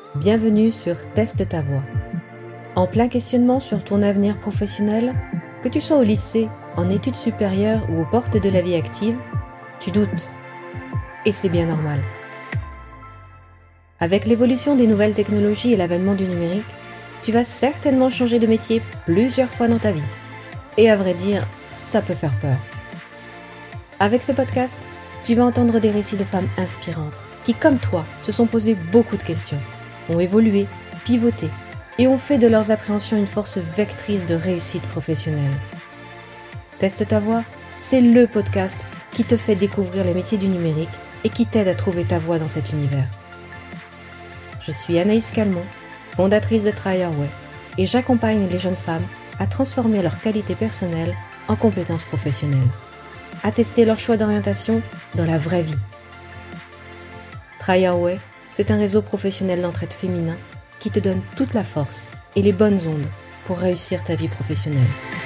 Bienvenue sur Teste ta voix. En plein questionnement sur ton avenir professionnel, que tu sois au lycée, en études supérieures ou aux portes de la vie active, tu doutes. Et c'est bien normal. Avec l'évolution des nouvelles technologies et l'avènement du numérique, tu vas certainement changer de métier plusieurs fois dans ta vie. Et à vrai dire, ça peut faire peur. Avec ce podcast, tu vas entendre des récits de femmes inspirantes qui, comme toi, se sont posées beaucoup de questions, ont évolué, pivoté et ont fait de leurs appréhensions une force vectrice de réussite professionnelle. Teste ta voix, c'est le podcast qui te fait découvrir les métiers du numérique et qui t'aide à trouver ta voie dans cet univers. Je suis Anaïs Calmont, fondatrice de Try Your Way, et j'accompagne les jeunes femmes à transformer leurs qualités personnelles en compétences professionnelles, à tester leur choix d'orientation dans la vraie vie. Try Your Way, c'est un réseau professionnel d'entraide féminin qui te donne toute la force et les bonnes ondes pour réussir ta vie professionnelle.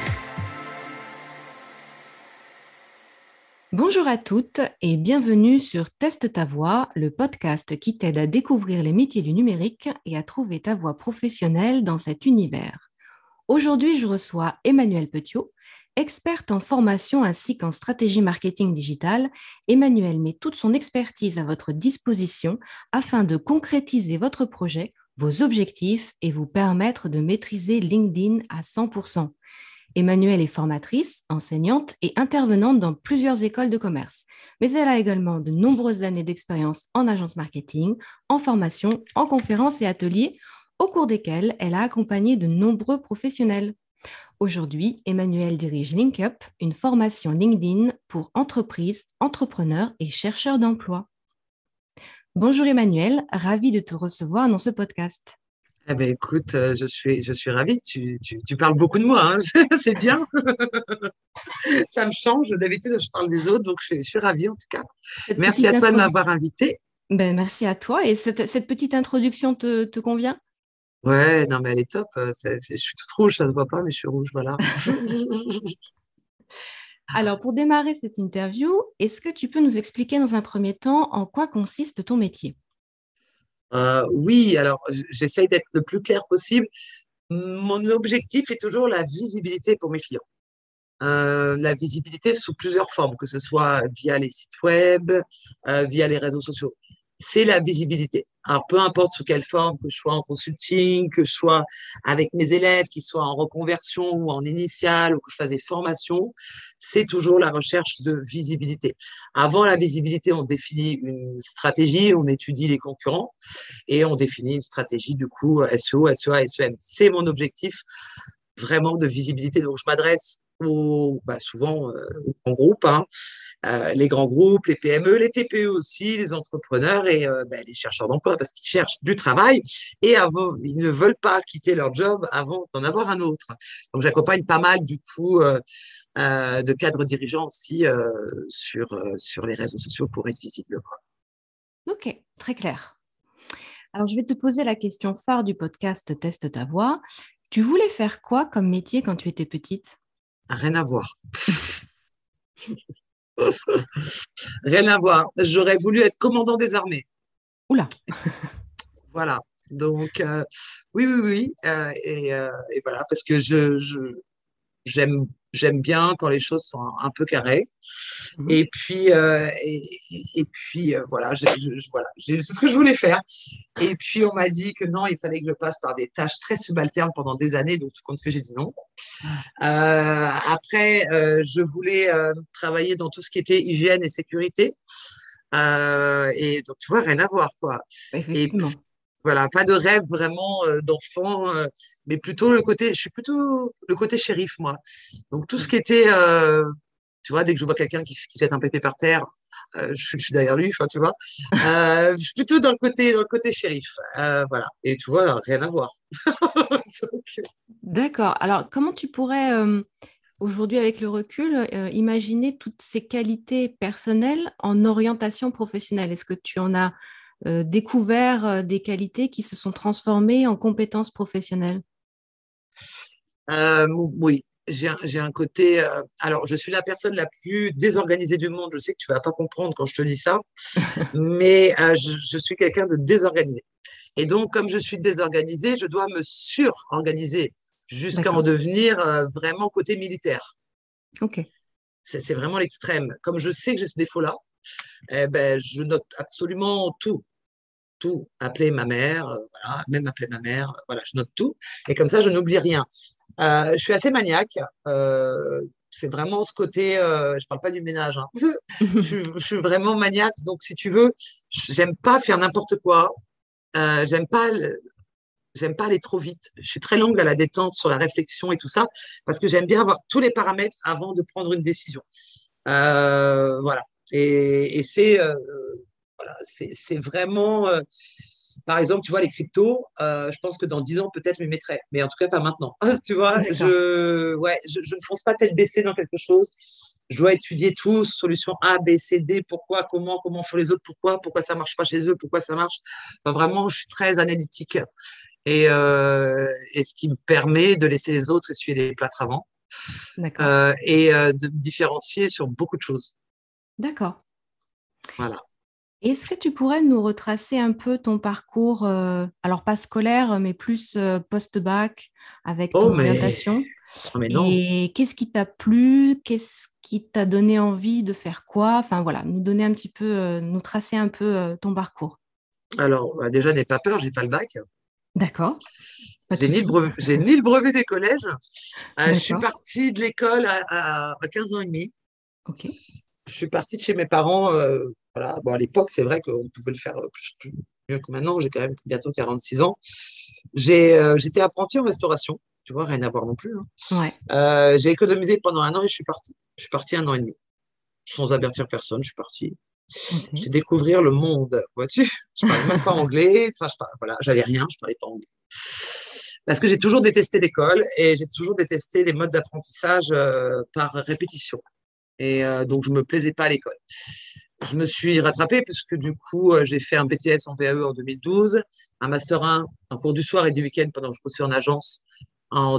Bonjour à toutes et bienvenue sur Teste ta voix, le podcast qui t'aide à découvrir les métiers du numérique et à trouver ta voie professionnelle dans cet univers. Aujourd'hui, je reçois Emmanuelle Petiot, experte en formation ainsi qu'en stratégie marketing digitale. Emmanuelle met toute son expertise à votre disposition afin de concrétiser votre projet, vos objectifs et vous permettre de maîtriser LinkedIn à 100%. Emmanuelle est formatrice, enseignante et intervenante dans plusieurs écoles de commerce. Mais elle a également de nombreuses années d'expérience en agence marketing, en formation, en conférences et ateliers, au cours desquels elle a accompagné de nombreux professionnels. Aujourd'hui, Emmanuelle dirige LinkUp, une formation LinkedIn pour entreprises, entrepreneurs et chercheurs d'emploi. Bonjour Emmanuelle, ravie de te recevoir dans ce podcast. Eh ben, écoute, je suis ravie. Tu parles beaucoup de moi, hein. C'est bien. Ça me change. D'habitude, je parle des autres, donc je suis ravie en tout cas. Cette Merci petite à toi de m'avoir invitée. Merci à toi. Et cette petite introduction te convient? Ouais, non, mais elle est top. Je suis toute rouge, ça ne voit pas, mais je suis rouge, voilà. Alors, pour démarrer cette interview, est-ce que tu peux nous expliquer dans un premier temps en quoi consiste ton métier? Oui, alors j'essaye d'être le plus clair possible. Mon objectif est toujours la visibilité pour mes clients. La visibilité sous plusieurs formes, que ce soit via les sites web, via les réseaux sociaux. C'est la visibilité. Alors, peu importe sous quelle forme, que je sois en consulting, que je sois avec mes élèves, qu'ils soient en reconversion ou en initiale, ou que je fasse des formations, c'est toujours la recherche de visibilité. Avant la visibilité, on définit une stratégie, on étudie les concurrents et on définit une stratégie du coup SEO, SEA, SEM. C'est mon objectif vraiment de visibilité. Donc, je m'adresse souvent aux grands groupes, hein, les grands groupes, les PME, les TPE aussi, les entrepreneurs et les chercheurs d'emploi parce qu'ils cherchent du travail et ils ne veulent pas quitter leur job avant d'en avoir un autre. Donc, j'accompagne pas mal du coup de cadres dirigeants aussi sur les réseaux sociaux pour être visible. Ok, très clair. Alors, je vais te poser la question phare du podcast Teste ta voix. Tu voulais faire quoi comme métier quand tu étais petite? Rien à voir. Rien à voir. J'aurais voulu être commandant des armées. Oula! Voilà. Donc, oui, oui, oui. Et voilà, parce que j'aime bien quand les choses sont un peu carrées. Mhm. Et puis, voilà, voilà, c'est ce que je voulais faire. Et puis, on m'a dit que non, il fallait que je passe par des tâches très subalternes pendant des années. Donc, tout compte fait, j'ai dit non. Après, je voulais travailler dans tout ce qui était hygiène et sécurité. Et donc, tu vois, rien à voir, quoi. Et puis, Effectivement. voilà, pas de rêve vraiment d'enfant, mais plutôt je suis plutôt le côté shérif, moi. Donc, tout ce qui était, tu vois, dès que je vois quelqu'un qui jette un pépé par terre, je suis derrière lui, enfin, tu vois. Je suis plutôt dans le côté shérif. Voilà. Et tu vois, rien à voir. Donc, D'accord. Alors, comment tu pourrais, aujourd'hui, avec le recul, imaginer toutes ces qualités personnelles en orientation professionnelle? Est-ce que tu en as découvert des qualités qui se sont transformées en compétences professionnelles? oui, j'ai un côté. Alors, je suis la personne la plus désorganisée du monde. Je sais que tu vas pas comprendre quand je te dis ça, mais je suis quelqu'un de désorganisé. Et donc, comme je suis désorganisée, je dois me sur-organiser jusqu'à en D'accord. devenir vraiment côté militaire. Ok. C'est vraiment l'extrême. Comme je sais que j'ai ce défaut-là, eh ben, je note absolument tout. Tout. Appeler ma mère, voilà, même appeler ma mère, voilà, je note tout. Et comme ça, je n'oublie rien. Je suis assez maniaque. C'est vraiment ce côté, je parle pas du ménage, hein. Je suis vraiment maniaque. Donc, si tu veux, j'aime pas faire n'importe quoi. Euh, j'aime pas, j'aime pas aller trop vite. Je suis très longue à la détente sur la réflexion et tout ça, parce que j'aime bien avoir tous les paramètres avant de prendre une décision. Voilà. Et c'est vraiment, par exemple, tu vois, les cryptos, je pense que dans 10 ans, peut-être, je m'y mettrai. Mais en tout cas, pas maintenant. Tu vois, D'accord. ouais, je ne fonce pas tête baissée dans quelque chose. Je dois étudier tout, solution A, B, C, D, pourquoi, comment font les autres, pourquoi ça marche pas chez eux, pourquoi ça marche. Enfin, vraiment, je suis très analytique et ce qui me permet de laisser les autres essuyer les plâtres avant D'accord. et de me différencier sur beaucoup de choses. D'accord. Voilà. Est-ce que tu pourrais nous retracer un peu ton parcours, alors pas scolaire, mais plus post-bac avec Oh, ton orientation? mais non. Et qu'est-ce qui t'a plu? Qu'est-ce qui t'a donné envie de faire quoi? Enfin voilà, nous donner un petit peu, nous tracer un peu ton parcours. Alors, déjà, n'aie pas peur, j'ai pas le bac. D'accord, pas de souci. J'ai ni le brevet des collèges. Je suis D'accord, partie de l'école à 15 ans et demi. ok. Je suis partie de chez mes parents. Voilà. Bon, à l'époque, c'est vrai qu'on pouvait le faire mieux que maintenant. J'ai quand même bientôt 46 ans. J'étais apprenti en restauration. Tu vois, rien à voir non plus, hein. Ouais, J'ai économisé pendant un an et je suis partie. Je suis partie un an et demi. Sans avertir personne, je suis partie. ok. J'ai découvrir le monde, vois-tu? Je parlais même pas anglais. Enfin, voilà, j'avais rien, je parlais pas anglais. Parce que j'ai toujours détesté l'école et j'ai toujours détesté les modes d'apprentissage par répétition. Et donc, je me plaisais pas à l'école. Je me suis rattrapée puisque du coup, j'ai fait un BTS en VAE en 2012, un Master 1 en cours du soir et du week-end pendant que je bossais en agence en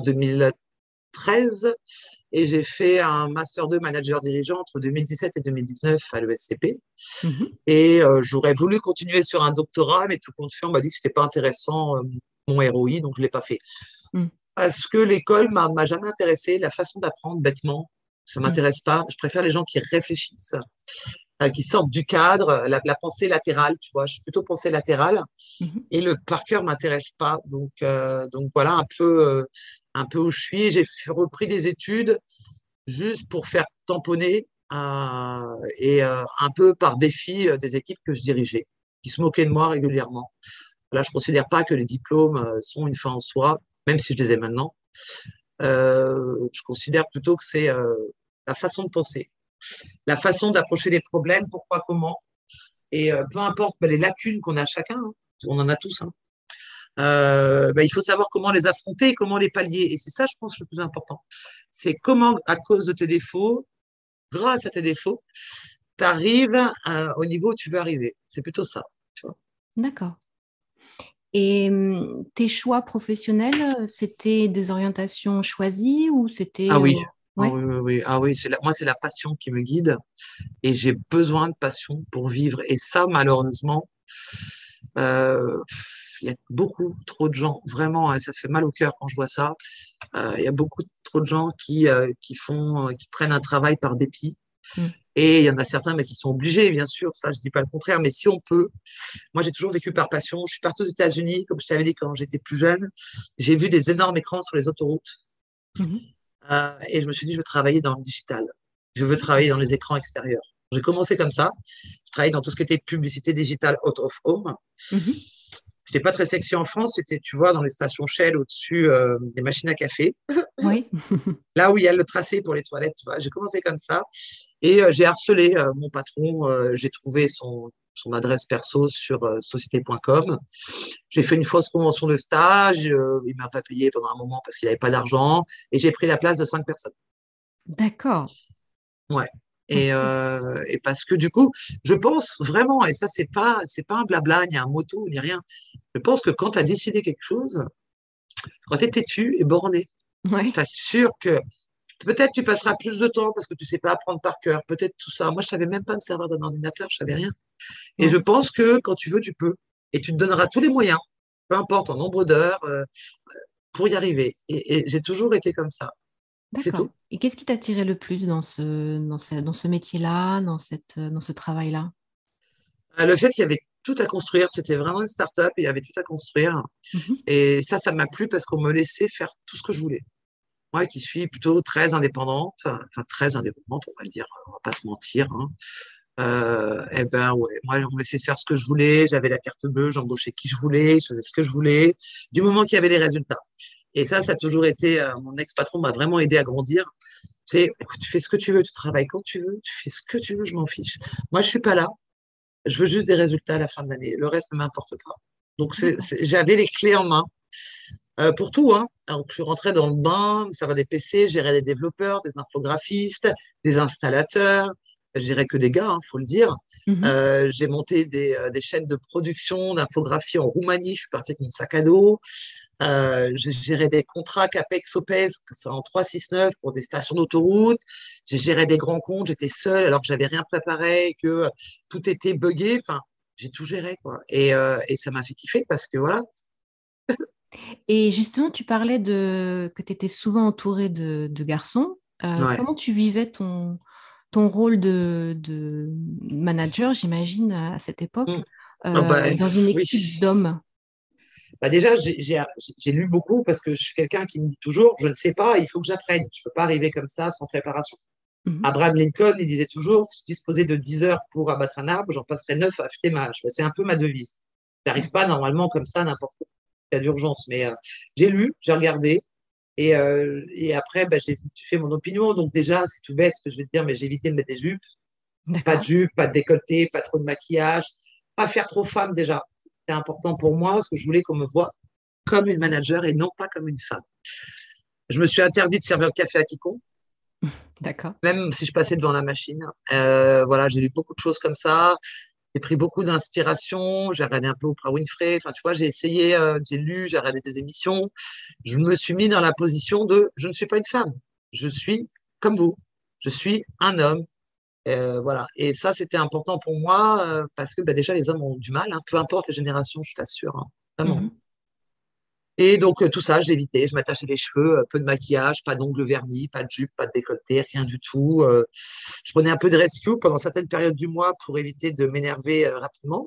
2013 et j'ai fait un Master 2 manager dirigeant entre 2017 et 2019 à l'ESCP. Mhm. Et j'aurais voulu continuer sur un doctorat, mais tout compte fait, on m'a dit que c'était pas intéressant, mon ROI, donc je l'ai pas fait. Mm, Parce que l'école m'a jamais intéressé, la façon d'apprendre bêtement, ça mm, m'intéresse pas. Je préfère les gens qui réfléchissent, qui sortent du cadre, la pensée latérale, tu vois. Je suis plutôt pensée latérale mhm. et le par cœur m'intéresse pas. Donc voilà un peu où je suis. Repris des études juste pour faire tamponner et un peu par défi des équipes que je dirigeais, qui se moquaient de moi régulièrement. Là, je ne considère pas que les diplômes sont une fin en soi, même si je les ai maintenant. Je considère plutôt que c'est la façon de penser, la façon d'approcher les problèmes, pourquoi, comment. Et peu importe les lacunes qu'on a chacun, hein, on en a tous, hein, il faut savoir comment les affronter et comment les pallier. Et c'est ça, je pense, le plus important. C'est comment, à cause de tes défauts, grâce à tes défauts, tu arrives au niveau où tu veux arriver. C'est plutôt ça. Tu vois. D'accord. Et tes choix professionnels, c'était des orientations choisies ou Ah c'était... oui. Ah ouais, oui, oui, oui. Ah oui, moi, c'est la passion qui me guide et j'ai besoin de passion pour vivre. Et ça, malheureusement, il y a beaucoup trop de gens, vraiment, hein, ça fait mal au cœur quand je vois ça. Il y a beaucoup trop de gens qui prennent un travail par dépit. mm, Et il y en a certains qui sont obligés, bien sûr, ça je dis pas le contraire, mais si on peut, moi j'ai toujours vécu par passion. Je suis partie aux États-Unis, comme je t'avais dit quand j'étais plus jeune, j'ai vu des énormes écrans sur les autoroutes mhm. et je me suis dit je veux travailler dans le digital, je veux travailler dans les écrans extérieurs. J'ai commencé comme ça, je travaillais dans tout ce qui était publicité digitale out of home. Mhm. C'était pas très sexy en France, c'était tu vois dans les stations Shell au-dessus des machines à café, Oui, là où il y a le tracé pour les toilettes, tu vois. J'ai commencé comme ça. Et j'ai harcelé mon patron. J'ai trouvé son adresse perso sur société.com. J'ai fait une fausse convention de stage. Il m'a pas payé pendant un moment parce qu'il n'avait pas d'argent. Et j'ai pris la place de 5 personnes. d'accord. Ouais. Ok. Et parce que du coup, je pense vraiment, et ça, c'est pas un blabla, ni un motto, ni rien. Je pense que quand tu as décidé quelque chose, quand tu es têtu et borné, je Ouais. t'assure que peut-être tu passeras plus de temps parce que tu sais pas apprendre par cœur, peut-être tout ça. Moi, je savais même pas me servir d'un ordinateur, je savais rien. Et je Ouais. pense que quand tu veux, tu peux. et tu te donneras tous les moyens, peu importe en nombre d'heures, pour y arriver. Et j'ai toujours été comme ça. C'est D'accord. tout. Et qu'est-ce qui t'a attiré le plus dans ce métier-là, dans ce travail-là? Le fait qu'il y avait tout à construire, c'était vraiment une start-up et il y avait tout à construire. Mhm. Et ça m'a plu parce qu'on me laissait faire tout ce que je voulais. Moi qui suis plutôt très indépendante, enfin très indépendante, on va le dire, on va pas se mentir, hein. Eh ben ouais, moi on me laissait faire ce que je voulais, j'avais la carte bleue, j'embauchais qui je voulais, je faisais ce que je voulais, du moment qu'il y avait les résultats. Et ça a toujours été, mon ex-patron m'a vraiment aidé à grandir. C'est, écoute, tu fais ce que tu veux, tu travailles quand tu veux, tu fais ce que tu veux, je m'en fiche. Moi, je suis pas là, je veux juste des résultats à la fin de l'année. Le reste ne m'importe pas. Donc, D'accord. j'avais les clés en main pour tout, hein. Alors, je suis rentrée dans le bain, ça va des PC, je gérais des développeurs, des infographistes, des installateurs. Je gérais que des gars, il faut le dire. Mhm. J'ai monté des chaînes de production d'infographie en Roumanie. Je suis partie avec mon sac à dos. J'ai géré des contrats CAPEX, OPEX, que ça en 369 pour des stations d'autoroute. J'ai géré des grands comptes. J'étais seule alors que j'avais rien préparé, que tout était buggé. Enfin, j'ai tout géré, quoi. Et ça m'a fait kiffer parce que voilà. Et justement, tu parlais que tu étais souvent entourée de garçons. Ouais. Comment tu vivais ton rôle de manager, j'imagine, à cette époque, Mm. Ah bah, dans une oui. équipe d'hommes? Bah déjà, j'ai lu beaucoup parce que je suis quelqu'un qui me dit toujours, je ne sais pas, il faut que j'apprenne. Je ne peux pas arriver comme ça sans préparation. Mhm. Abraham Lincoln, il disait toujours, si je disposais de 10 heures pour abattre un arbre, j'en passerais 9 à affûter ma hache. C'est un peu ma devise. Je n'arrive pas normalement comme ça n'importe où. Il y a d'urgence. Mais j'ai lu, j'ai regardé. Et après, bah, j'ai fait mon opinion. Donc déjà, c'est tout bête ce que je vais te dire, mais j'ai évité de mettre des jupes. Pas de D'accord. jupe, pas de décolleté, pas trop de maquillage. Pas faire trop femme déjà. C'est important pour moi parce que je voulais qu'on me voit comme une manager et non pas comme une femme. Je me suis interdit de servir le café à quiconque, D'accord. même si je passais devant la machine. Voilà, j'ai lu beaucoup de choses comme ça. J'ai pris beaucoup d'inspiration. J'ai regardé un peu Oprah Winfrey. Enfin, tu vois, j'ai essayé, j'ai lu, j'ai regardé des émissions. Je me suis mis dans la position de je ne suis pas une femme. Je suis comme vous. Je suis un homme. Voilà. Et ça, c'était important pour moi parce que bah, déjà, les hommes ont du mal, hein, peu importe les générations, je t'assure, hein, vraiment. Mhm. Et donc, tout ça, j'ai évité. Je m'attachais les cheveux, peu de maquillage, pas d'ongles vernis, pas de jupe, pas de décolleté, rien du tout. Je prenais un peu de rescue pendant certaines périodes du mois pour éviter de m'énerver rapidement.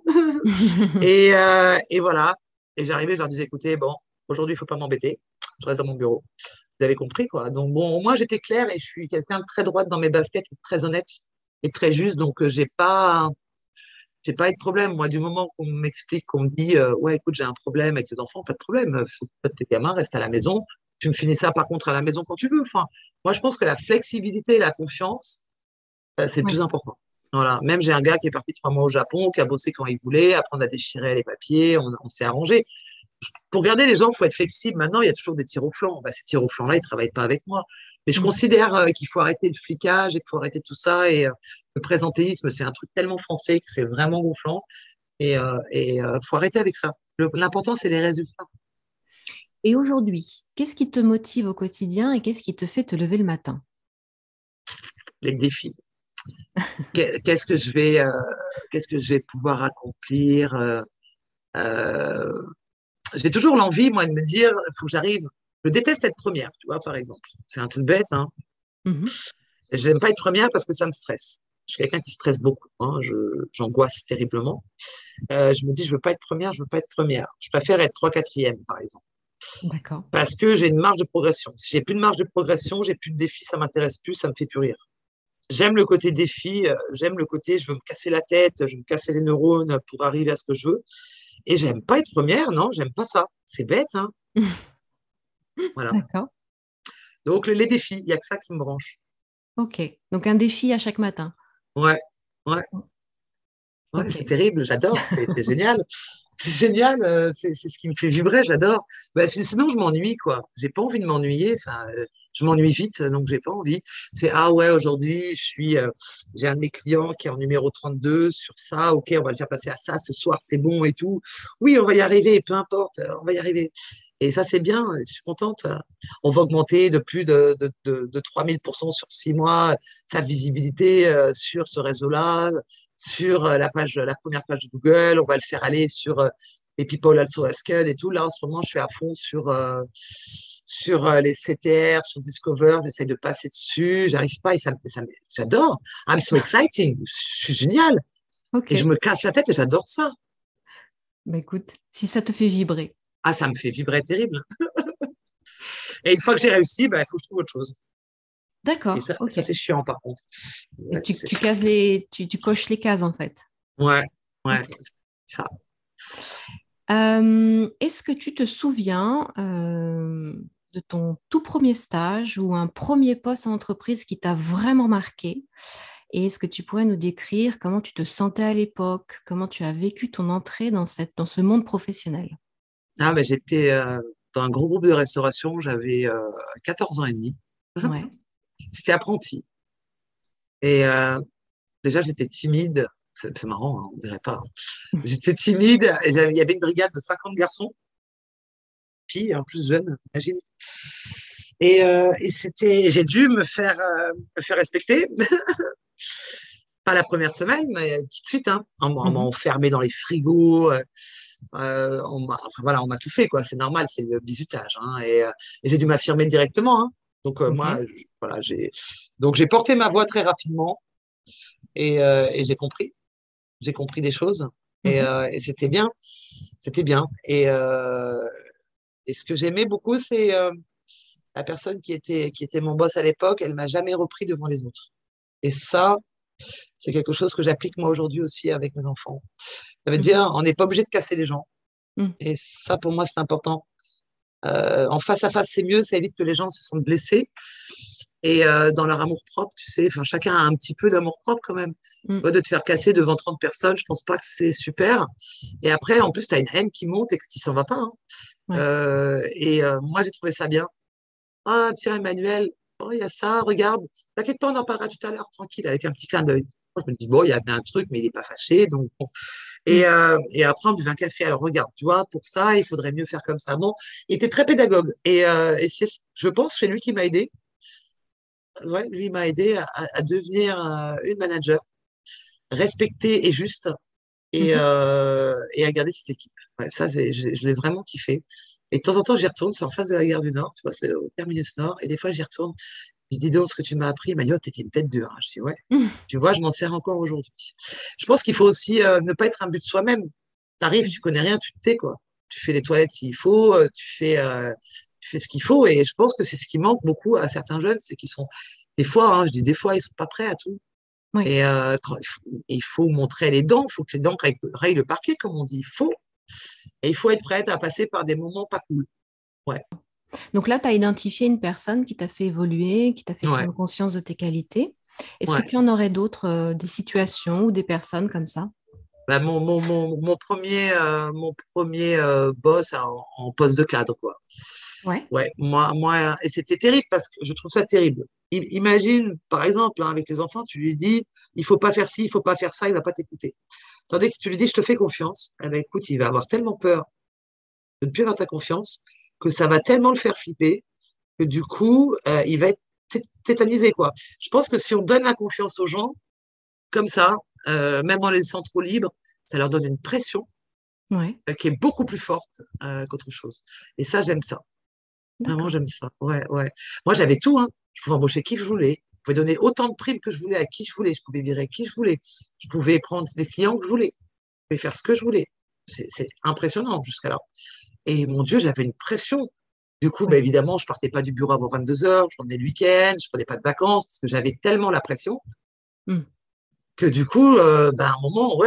Et voilà. Et j'arrivais, je leur disais, écoutez, bon, aujourd'hui, il ne faut pas m'embêter. Je reste dans mon bureau. Vous avez compris, quoi. Donc, bon, moi, j'étais claire et je suis quelqu'un de très droite dans mes baskets, très honnête et très juste. Donc, j'ai pas eu de problème. Moi, du moment qu'on m'explique, qu'on me dit, ouais, écoute, j'ai un problème avec les enfants, pas de problème. Faut pas que tes gamins restent à la maison. Tu me finis ça, par contre, à la maison quand tu veux. Enfin, moi, je pense que la flexibilité et la confiance, c'est le plus Ouais. important. Voilà. Même j'ai un gars qui est parti 3 mois au Japon, qui a bossé quand il voulait, apprendre à déchirer les papiers, on s'est arrangé. Pour garder les gens, il faut être flexible. Maintenant, il y a toujours des tirs au flanc. Bah, ces tirs au flanc-là, ils ne travaillent pas avec moi. Mais je Mhm. considère qu'il faut arrêter le flicage et qu'il faut arrêter tout ça. Et le présentéisme, c'est un truc tellement français que c'est vraiment gonflant. Et faut arrêter avec ça. L'important, c'est les résultats, Et aujourd'hui, qu'est-ce qui te motive au quotidien et qu'est-ce qui te fait te lever le matin? les défis. Qu'est-ce que je vais pouvoir accomplir euh, J'ai toujours l'envie, moi, de me dire, il faut que j'arrive. Je déteste être première, tu vois, par exemple. C'est un truc bête, hein. Mhm. J'aime pas être première parce que ça me stresse. Je suis quelqu'un qui stresse beaucoup, hein. J'angoisse terriblement. Je me dis, je veux pas être première, je veux pas être première. Je préfère être 3 quatrième, par exemple. D'accord. Parce que j'ai une marge de progression. Si j'ai plus de marge de progression, j'ai plus de défis, ça m'intéresse plus, ça me fait plus rire. J'aime le côté défi, j'aime le côté je veux me casser la tête, je veux me casser les neurones pour arriver à ce que je veux. Et j'aime pas être première, non, j'aime pas ça. C'est bête, hein. Voilà. D'accord. Donc les défis, il y a que ça qui me branche. Ok. Donc un défi à chaque matin. Ouais, ouais, ouais, Ok. c'est terrible, j'adore, c'est génial. C'est génial, c'est ce qui me fait vibrer, j'adore. Bah, sinon, je m'ennuie, quoi. J'ai pas envie de m'ennuyer, ça. Je m'ennuie vite, donc j'ai pas envie. C'est, ah ouais, aujourd'hui, j'ai un de mes clients qui est en numéro 32 sur ça. Ok, on va le faire passer à ça ce soir, c'est bon et tout. Oui, on va y arriver, peu importe, on va y arriver. Et ça, c'est bien, je suis contente. On va augmenter de plus de 3000% sur 6 mois sa visibilité sur ce réseau-là, sur la première page de Google, on va le faire aller sur les People Also Asked et tout. Là, en ce moment, je suis à fond sur les CTR, sur Discover, j'essaie de passer dessus, j'arrive pas et j'adore. I'm so exciting, je suis génial. Ok. Et je me casse la tête et j'adore ça. Bah, écoute, si ça te fait vibrer. Ah, ça me fait vibrer terrible. Et une fois que j'ai réussi, bah, il faut que je trouve autre chose. Et D'accord, ça, ok. ça c'est chiant par contre. Et Ouais, tu coches les cases en fait. ouais, ouais, Ok. ça. Est-ce que tu te souviens de ton tout premier stage ou un premier poste en entreprise qui t'a vraiment marqué? Et est-ce que tu pourrais nous décrire comment tu te sentais à l'époque, comment tu as vécu ton entrée dans ce monde professionnel? Ah, bah, j'étais dans un gros groupe de restauration, j'avais 14 ans et demi. Ouais. J'étais apprenti. Et déjà, j'étais timide. C'est marrant, hein, on dirait pas. J'étais timide. Et il y avait une brigade de 50 garçons, filles, en plus jeunes, imagine. J'ai dû me faire respecter. Pas la première semaine, mais tout de suite, hein. On m'a Mhm. enfermé dans les frigos. Enfin, voilà, on m'a tout fait, quoi. C'est normal, c'est le bizutage, hein. Et j'ai dû m'affirmer directement, hein. Donc, moi, Ok. voilà, donc j'ai porté ma voix très rapidement et j'ai compris. J'ai compris des choses Mhm. et c'était bien. C'était bien. Et ce que j'aimais beaucoup, c'est la personne qui était mon boss à l'époque, elle m'a jamais repris devant les autres. Et ça, c'est quelque chose que j'applique moi aujourd'hui aussi avec mes enfants. Ça veut Mhm. dire, on n'est pas obligé de casser les gens. Mhm. Et ça, pour moi, c'est important. En face à face, c'est mieux, ça évite que les gens se sentent blessés. Et dans leur amour-propre, tu sais, enfin, chacun a un petit peu d'amour-propre quand même. Mhm. Toi, de te faire casser devant 30 personnes, je pense pas que c'est super. Et après, en plus, tu as une haine qui monte et qui s'en va pas, hein. Ouais. Moi, j'ai trouvé ça bien. Ah, tiens, Emmanuel, oh, il y a ça, regarde. T'inquiète pas, on en parlera tout à l'heure, tranquille, avec un petit clin d'œil. Moi, je me dis, bon, il y avait un truc, mais il n'est pas fâché. Donc, bon. Mhm. Et après, on buvait un café. Alors, regarde, tu vois, pour ça, il faudrait mieux faire comme ça. Bon, il était très pédagogue. Et je pense, c'est lui qui m'a aidé. Ouais, lui, il m'a aidé à devenir une manager respectée et juste Mhm. et à garder ses équipes. Ouais, ça, je l'ai vraiment kiffé. Et de temps en temps, j'y retourne, c'est en face de la gare du Nord, tu vois, c'est au terminus Nord. Et des fois, j'y retourne. Je dis donc, ce que tu m'as appris, il m'a dit, oh, t'étais une tête dure, hein. Je dis, ouais, Mhm. tu vois, je m'en sers encore aujourd'hui. Je pense qu'il faut aussi ne pas être un but de soi-même. T'arrives, tu connais rien, tu te tais, quoi. Tu fais les toilettes s'il faut, tu fais ce qu'il faut. Et je pense que c'est ce qui manque beaucoup à certains jeunes, c'est qu'ils sont, des fois, hein, je dis des fois, ils sont pas prêts à tout. Ouais. Il faut montrer les dents, il faut que les dents rayent le parquet, comme on dit. Il faut. Et il faut être prête à passer par des moments pas cool. Ouais, Donc là, tu as identifié une personne qui t'a fait évoluer, qui t'a fait ouais, prendre conscience de tes qualités. Est-ce que ouais. tu en aurais d'autres, des situations ou des personnes comme ça? Bah, mon premier boss en poste de cadre, quoi. Ouais. Ouais, et c'était terrible parce que je trouve ça terrible. Imagine, par exemple, hein, avec les enfants, tu lui dis, il faut pas faire ci, il faut pas faire ça, il va pas t'écouter. Tandis que si tu lui dis, je te fais confiance, eh ben, écoute, il va avoir tellement peur de ne plus avoir ta confiance que ça va tellement le faire flipper que du coup, il va être tétanisé, quoi. Je pense que si on donne la confiance aux gens, comme ça, même en les laissant trop libres, ça leur donne une pression Ouais. qui est beaucoup plus forte qu'autre chose. Et ça, j'aime ça. Vraiment, D'accord. j'aime ça. Ouais, ouais. Moi, j'avais tout, hein. Je pouvais embaucher qui je voulais. Je pouvais donner autant de primes que je voulais à qui je voulais. Je pouvais virer qui je voulais. Je pouvais prendre des clients que je voulais. Je pouvais faire ce que je voulais. C'est impressionnant jusqu'à là. Et mon Dieu, j'avais une pression. Du coup, bah, Ouais. évidemment, je partais pas du bureau avant 22 heures. Je prenais le week-end. Je prenais pas de vacances parce que j'avais tellement la pression Hmm. que du coup, bah, à un moment,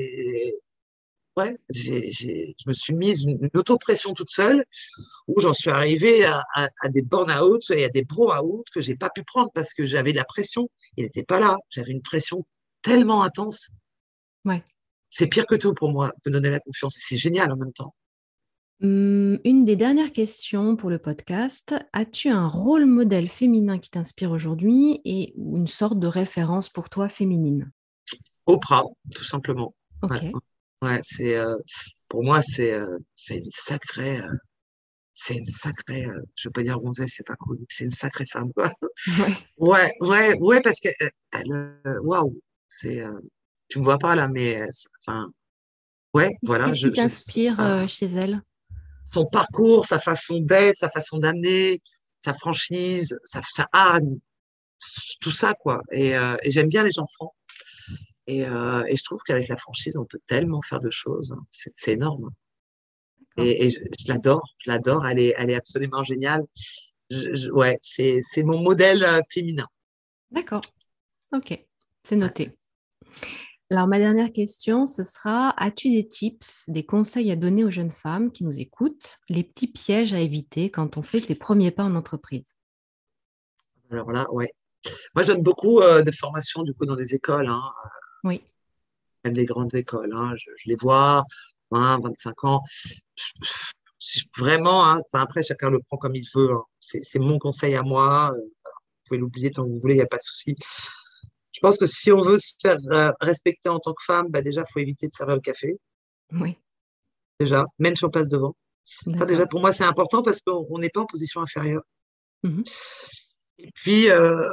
je me suis mise une auto-pression toute seule où j'en suis arrivée à des burn-out et à des bro-out que j'ai pas pu prendre parce que j'avais de la pression. Il n'était pas là. J'avais une pression tellement intense. Ouais. C'est pire que tout pour moi de donner la confiance et c'est génial en même temps. Une des dernières questions pour le podcast. As-tu un rôle modèle féminin qui t'inspire aujourd'hui et ou une sorte de référence pour toi féminine? Oprah, tout simplement. Ouais, Ok. ouais, pour moi, c'est une sacrée. C'est une sacrée, je veux pas dire gonzesse, c'est pas cool, c'est une sacrée femme, quoi. Ouais. Ouais, ouais, ouais, parce que, waouh, c'est, Tu me vois pas là, mais enfin, ouais, voilà. Qu'est-ce qui t'inspire chez elle? Son parcours, sa façon d'être, sa façon d'amener, sa franchise, sa hargne, tout ça, quoi. Et j'aime bien les gens francs. Et je trouve qu'avec la franchise, on peut tellement faire de choses. C'est énorme. D'accord. Je l'adore, je l'adore. Elle est absolument géniale. Ouais, c'est mon modèle féminin. D'accord. Ok, c'est noté. Alors, ma dernière question, ce sera, as-tu des tips, des conseils à donner aux jeunes femmes qui nous écoutent, les petits pièges à éviter quand on fait ses premiers pas en entreprise? Alors là, ouais. Moi, je donne beaucoup de formations du coup dans des écoles, hein, Oui. même des grandes écoles. Hein. Je les vois, 20, 25 ans. Vraiment, hein, enfin, après, chacun le prend comme il veut. Hein. C'est mon conseil à moi. Vous pouvez l'oublier tant que vous voulez, il n'y a pas de souci. Je pense que si on veut se faire respecter en tant que femme, bah déjà, il faut éviter de servir le café. Oui, Déjà, même si on passe devant. Ça, déjà, d'accord. pour moi, c'est important parce qu'on n'est pas en position inférieure. Mhm. Et puis,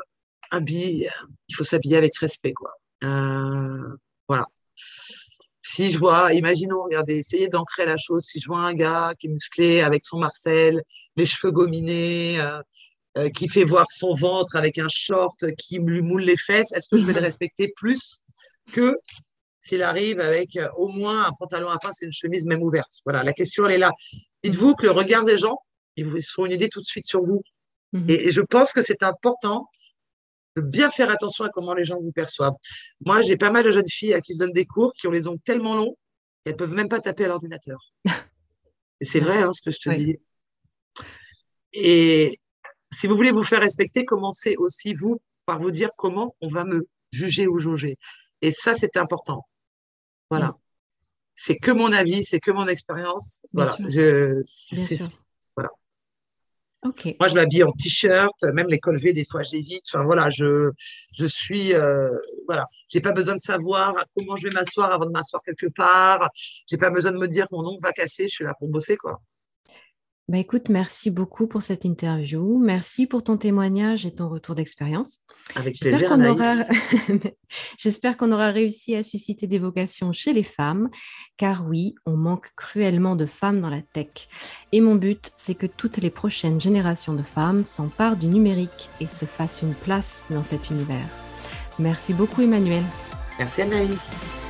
il faut s'habiller avec respect, quoi. Voilà. Si je vois, imaginons, regardez, essayez d'ancrer la chose. Si je vois un gars qui est musclé avec son Marcel, les cheveux gominés, qui fait voir son ventre avec un short qui lui moule les fesses, est-ce que je vais le respecter plus que s'il arrive avec au moins un pantalon à pince et une chemise même ouverte? Voilà, la question, elle est là. Mhm. Dites-vous que le regard des gens, ils vous feront une idée tout de suite sur vous. Mhm. Et je pense que c'est important de bien faire attention à comment les gens vous perçoivent. Moi, j'ai pas mal de jeunes filles à qui je donne des cours qui ont les ongles tellement longs qu'elles peuvent même pas taper à l'ordinateur. Et c'est vrai, D'accord. hein, ce que je te Oui. dis. Et si vous voulez vous faire respecter, commencez aussi, vous, par vous dire comment on va me juger ou jauger. Et ça, c'est important. Voilà. Mm. C'est que mon avis, c'est que mon expérience. Bien Voilà. sûr, bien sûr. Voilà. Ok. Moi, je m'habille en t-shirt, même les col V, des fois, j'évite. Enfin, voilà, je suis, voilà. J'ai pas besoin de savoir comment je vais m'asseoir avant de m'asseoir quelque part. J'ai pas besoin de me dire que mon ongle va casser. Je suis là pour bosser, quoi. Bah, écoute, merci beaucoup pour cette interview. Merci pour ton témoignage et ton retour d'expérience. Avec J'espère plaisir, qu'on aura... Anaïs. J'espère qu'on aura réussi à susciter des vocations chez les femmes, car oui, on manque cruellement de femmes dans la tech. Et mon but, c'est que toutes les prochaines générations de femmes s'emparent du numérique et se fassent une place dans cet univers. Merci beaucoup, Emmanuel. Merci, Anaïs.